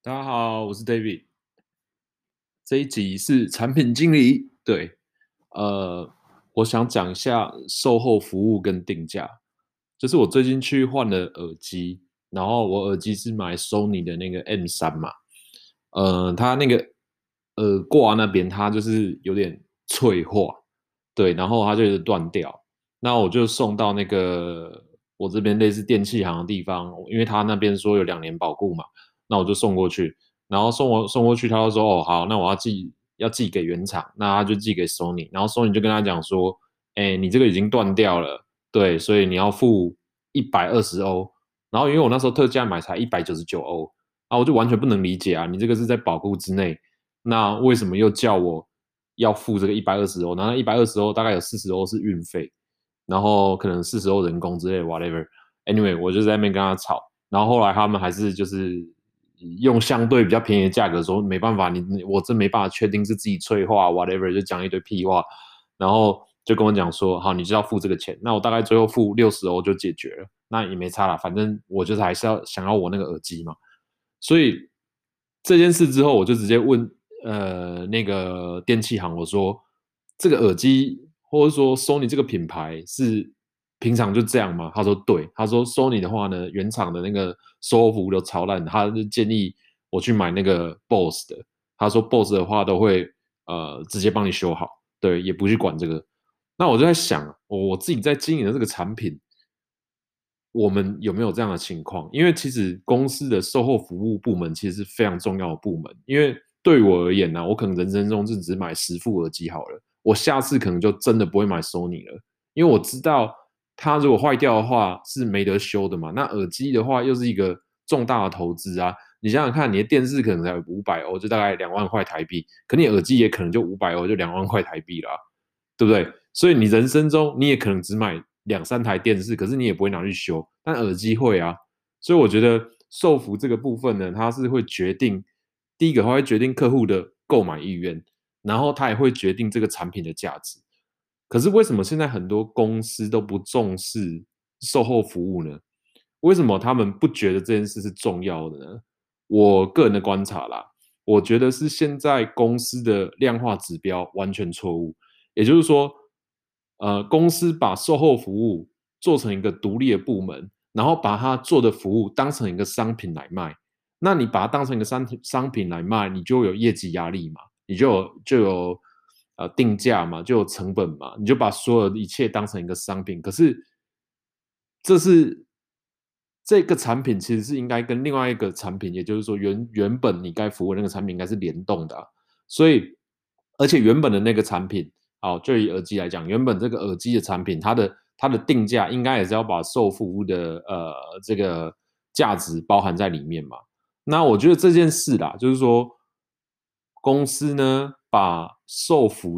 大家好，我是 David。这一集是产品经理，对，我想讲一下售后服务跟定价。就是我最近去换了耳机，然后我耳机是买 Sony 的那个 M3嘛，它那个耳挂那边它就是有点脆化，对，然后它就是断掉，那我就送到那个我这边类似电器行的地方，因为他那边说有2年保固嘛，那我就送过去。然后送过去，他就说哦好，那我要寄给原厂，那他就寄给 Sony，然后 Sony 就跟他讲说，哎，你这个已经断掉了，对，所以你要付120欧，然后因为我那时候特价买才199欧，啊，我就完全不能理解啊，你这个是在保固之内，那为什么又叫我要付这个120欧？然后120欧大概有40欧是运费，然后可能40欧人工之类的 whatever，anyway，我就在那边跟他吵，然后后来他们还是就是用相对比较便宜的价格说没办法，我真没办法确定是自己催化 whatever，就讲一堆屁话，然后就跟我讲说好，你就要付这个钱，那我大概最后付60欧就解决了，那也没差啦，反正我就是还是想要我那个耳机嘛，所以这件事之后，我就直接问那个电器行，我说这个耳机或者说 Sony 这个品牌是平常就这样吗？他说对，他说 Sony 的话呢，原厂的那个售后服务都超烂，他就建议我去买那个 BOSS 的。他说 BOSS 的话都会直接帮你修好，对，也不去管这个。那我就在想，我自己在经营的这个产品，我们有没有这样的情况？因为其实公司的售后服务部门其实是非常重要的部门。因为对我而言呢、我可能人生中就只买10副耳机好了，我下次可能就真的不会买 Sony 了，因为我知道它如果坏掉的话是没得修的嘛。那耳机的话又是一个重大的投资啊，你想想看，你的电视可能才500欧，就大概2万块台币，可你耳机也可能就500欧，就2万块台币啦，对不对？所以你人生中你也可能只买2、3台电视，可是你也不会拿去修，但耳机会啊。所以我觉得售服这个部分呢，它是会决定第一个，它会决定客户的购买意愿，然后它也会决定这个产品的价值。可是为什么现在很多公司都不重视售后服务呢？为什么他们不觉得这件事是重要的呢？我个人的观察啦，我觉得是现在公司的量化指标完全错误。也就是说，公司把售后服务做成一个独立的部门，然后把它做的服务当成一个商品来卖。那你把它当成一个商品来卖，你就有业绩压力嘛，你就有定价嘛，就有成本嘛，你就把所有的一切当成一个商品。可是这是这个产品其实是应该跟另外一个产品，也就是说原本你该服务的那个产品应该是联动的啊，所以而且原本的那个产品，好，就以耳机来讲，原本这个耳机的产品，它的定价应该也是要把售服务的这个价值包含在里面嘛。那我觉得这件事啦，就是说公司呢把售服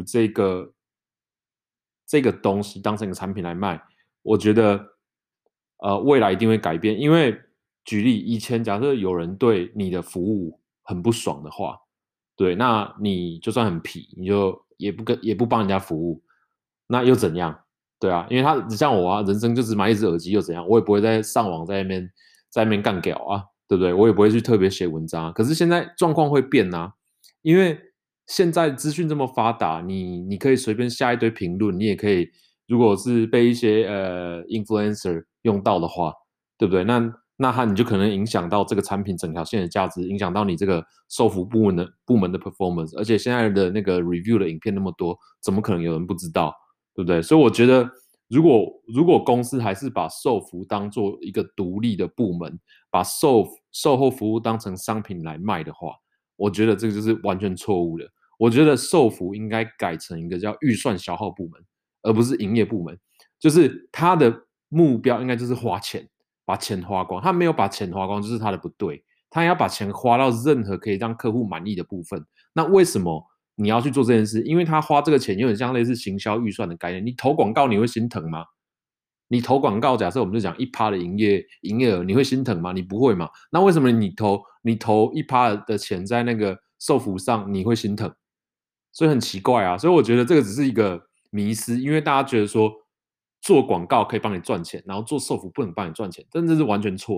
这个东西当成一个产品来卖，我觉得未来一定会改变。因为举例以前，假设有人对你的服务很不爽的话，对，那你就算很皮，你就也不帮人家服务，那又怎样？对啊，因为他像我啊，人生就只买一只耳机又怎样？我也不会在上网在那边干屌啊，对不对？我也不会去特别写文章啊。可是现在状况会变啊，因为现在资讯这么发达，你可以随便下一堆评论，你也可以，如果是被一些influencer 用到的话，对不对？那你就可能影响到这个产品整条线的价值，影响到你这个售服部门的 performance。而且现在的那个 review 的影片那么多，怎么可能有人不知道？对不对？所以我觉得，如果公司还是把售服当做一个独立的部门，把售后服务当成商品来卖的话，我觉得这个就是完全错误的。我觉得售服应该改成一个叫预算消耗部门，而不是营业部门。就是他的目标应该就是花钱，把钱花光。他没有把钱花光，就是他的不对。他要把钱花到任何可以让客户满意的部分。那为什么你要去做这件事？因为他花这个钱有点像类似行销预算的概念。你投广告你会心疼吗？你投广告，假设我们就讲1%的营业额，你会心疼吗？你不会嘛？那为什么你投1%的钱在那个售服上，你会心疼？所以很奇怪啊。所以我觉得这个只是一个迷思，因为大家觉得说做广告可以帮你赚钱，然后做售服不能帮你赚钱，但这是完全错的。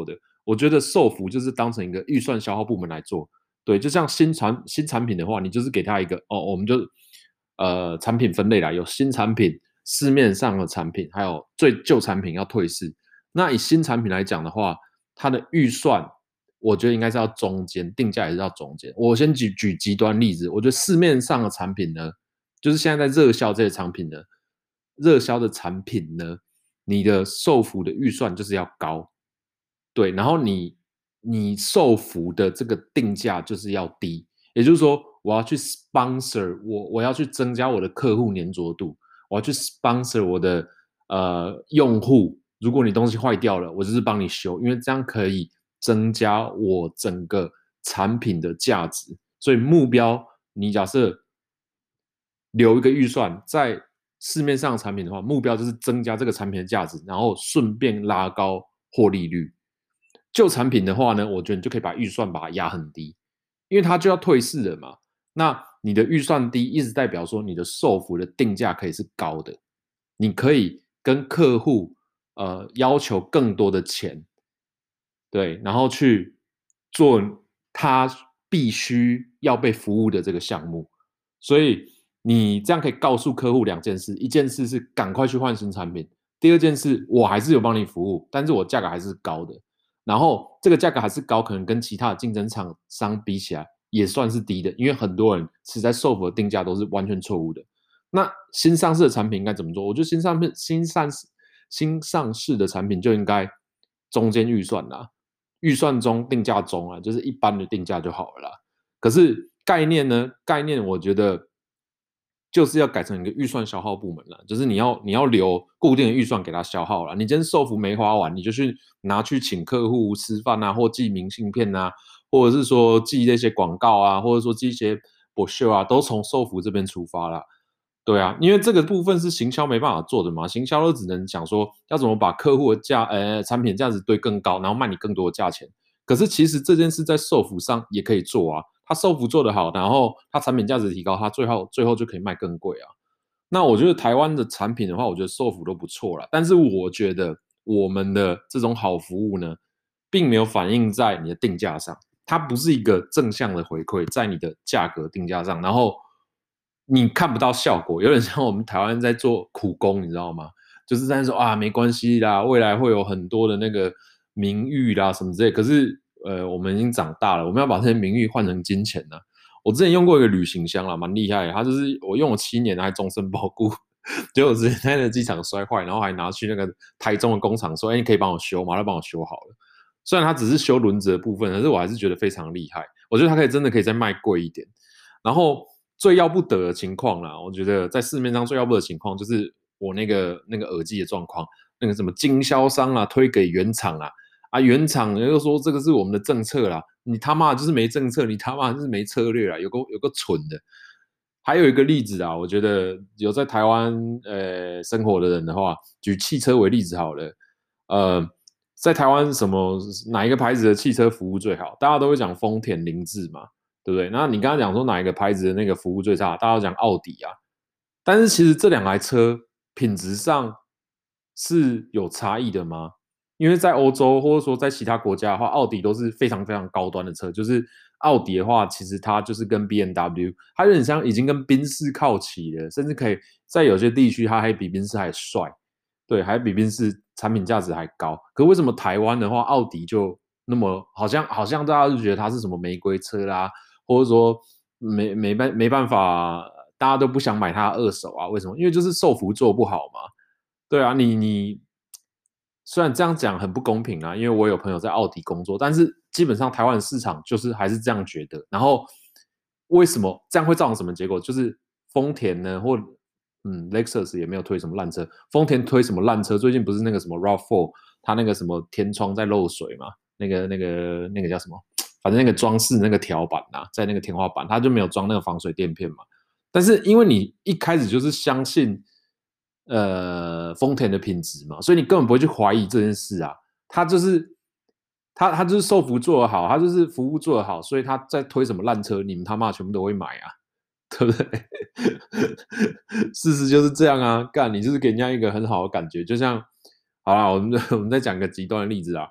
我觉得售服就是当成一个预算消耗部门来做。对，就像新产品的话，你就是给他一个我们就产品分类啦，有新产品、市面上的产品，还有最旧产品要退市。那以新产品来讲的话，它的预算我觉得应该是要中间，定价也是要中间。我先举极端例子，我觉得市面上的产品呢，就是现在在热销这些产品呢，热销的产品呢，你的售服的预算就是要高，对，然后你售服的这个定价就是要低，也就是说，我要去 sponsor 我要去增加我的客户粘着度，我要去 sponsor 我的用户。如果你东西坏掉了，我就是帮你修，因为这样可以增加我整个产品的价值。所以目标，你假设留一个预算在市面上的产品的话，目标就是增加这个产品的价值，然后顺便拉高获利率。旧产品的话呢，我觉得你就可以把预算把它压很低，因为它就要退市了嘛。那你的预算低，一直代表说你的售服的定价可以是高的，你可以跟客户要求更多的钱，对，然后去做他必须要被服务的这个项目。所以你这样可以告诉客户两件事：一件事是赶快去换新产品，第二件事我还是有帮你服务，但是我价格还是高的。然后这个价格还是高，可能跟其他的竞争厂商比起来也算是低的，因为很多人其实在售服的定价都是完全错误的。那新上市的产品应该怎么做？我觉得新上市的产品就应该中间预算啦，预算中定价中啊，就是一般的定价就好了啦。可是概念呢？概念我觉得就是要改成一个预算消耗部门了，就是你要留固定的预算给他消耗了。你今天售服没花完，你就去拿去请客户吃饭啊，或寄明信片啊，或者是说寄那些广告啊，或者说寄一些brochure啊，都从售服这边出发啦。对啊，因为这个部分是行销没办法做的嘛，行销都只能想说要怎么把客户的产品价值堆更高，然后卖你更多的价钱。可是其实这件事在售服上也可以做啊，他售服做得好，然后他产品价值提高，他最后就可以卖更贵啊。那我觉得台湾的产品的话，我觉得售服都不错啦，但是我觉得我们的这种好服务呢，并没有反映在你的定价上，它不是一个正向的回馈在你的价格定价上，然后你看不到效果，有点像我们台湾在做苦工，你知道吗？就是在说啊，没关系啦，未来会有很多的那个名誉啦什么之类。可是我们已经长大了，我们要把这些名誉换成金钱呢。我之前用过一个旅行箱啦，蛮厉害的，它就是我用了7年还终身保固，结果之前在那个机场摔坏，然后还拿去那个台中的工厂说，哎，你可以帮我修吗？他帮我修好了。虽然它只是修轮子的部分，可是我还是觉得非常厉害。我觉得它真的可以再卖贵一点。然后最要不得的情况啦，我觉得在市面上最要不得的情况就是我那个耳机的状况，那个什么经销商啊推给原厂啊，原厂又说这个是我们的政策啦，你他妈就是没政策，你他妈就是没策略啦，有个蠢的。还有一个例子啊，我觉得有在台湾生活的人的话，举汽车为例子好了，在台湾哪一个牌子的汽车服务最好？大家都会讲丰田、凌志嘛，对不对？那你刚刚讲说哪一个牌子的那个服务最差？大家都讲奥迪啊。但是其实这两台车品质上是有差异的吗？因为在欧洲或者说在其他国家的话，奥迪都是非常非常高端的车。就是奥迪的话，其实它就是跟 BMW，它有点像已经跟宾士靠齐了，甚至可以在有些地区它还比宾士还帅，对，还比宾士产品价值还高。可为什么台湾的话，奥迪就那么好像大家就觉得它是什么玫瑰车啦，或者说没办法，大家都不想买它二手啊？为什么？因为就是售服做不好嘛。对啊，你虽然这样讲很不公平啊，因为我有朋友在奥迪工作，但是基本上台湾市场就是还是这样觉得。然后为什么这样会造成什么结果？就是丰田呢，或Lexus 也没有推什么烂车，丰田推什么烂车？最近不是那个什么 RAV4，它那个什么天窗在漏水嘛？那个叫什么？反正那个装饰那个条板啊，在那个天花板，它就没有装那个防水垫片嘛。但是因为你一开始就是相信丰田的品质嘛，所以你根本不会去怀疑这件事啊。他就是他就是售服做得好，他就是服务做得好，所以他在推什么烂车，你们他妈全部都会买啊，对不对？事实就是这样啊，干你就是给人家一个很好的感觉，就像好啦，我们再讲个极端的例子啊，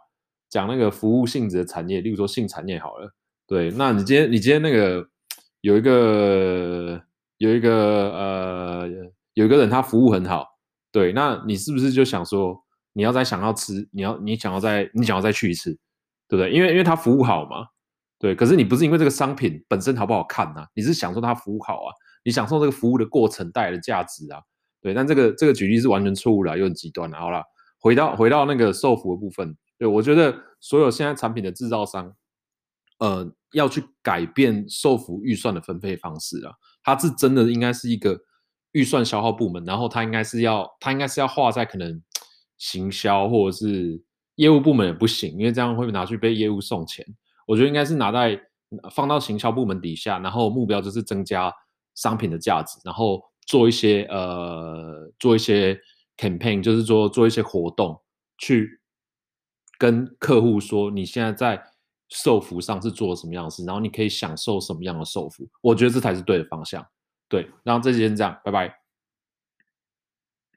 讲那个服务性质的产业，例如说性产业好了，对，那你今天那个有一个有一个有一个人他服务很好，对，那你是不是就想说你要再想要吃，你想要再去一次，对不对？因为他服务好嘛，对，可是你不是因为这个商品本身好不好看啊，你是享受他服务好啊，你享受这个服务的过程带来的价值啊，对，但这个举例是完全错误了，有点极端了。好了，回到那个售服的部分，对我觉得所有现在产品的制造商，要去改变售服预算的分配方式啊，它是真的应该是一个预算消耗部门，然后它应该是要画在可能行销或者是业务部门也不行，因为这样会拿去被业务送钱。我觉得应该是放到行销部门底下，然后目标就是增加商品的价值，然后做一些 campaign，就是做一些活动，去跟客户说你现在在售服上是做了什么样的事，然后你可以享受什么样的售服，我觉得这才是对的方向。对，然后这期先这样，拜拜。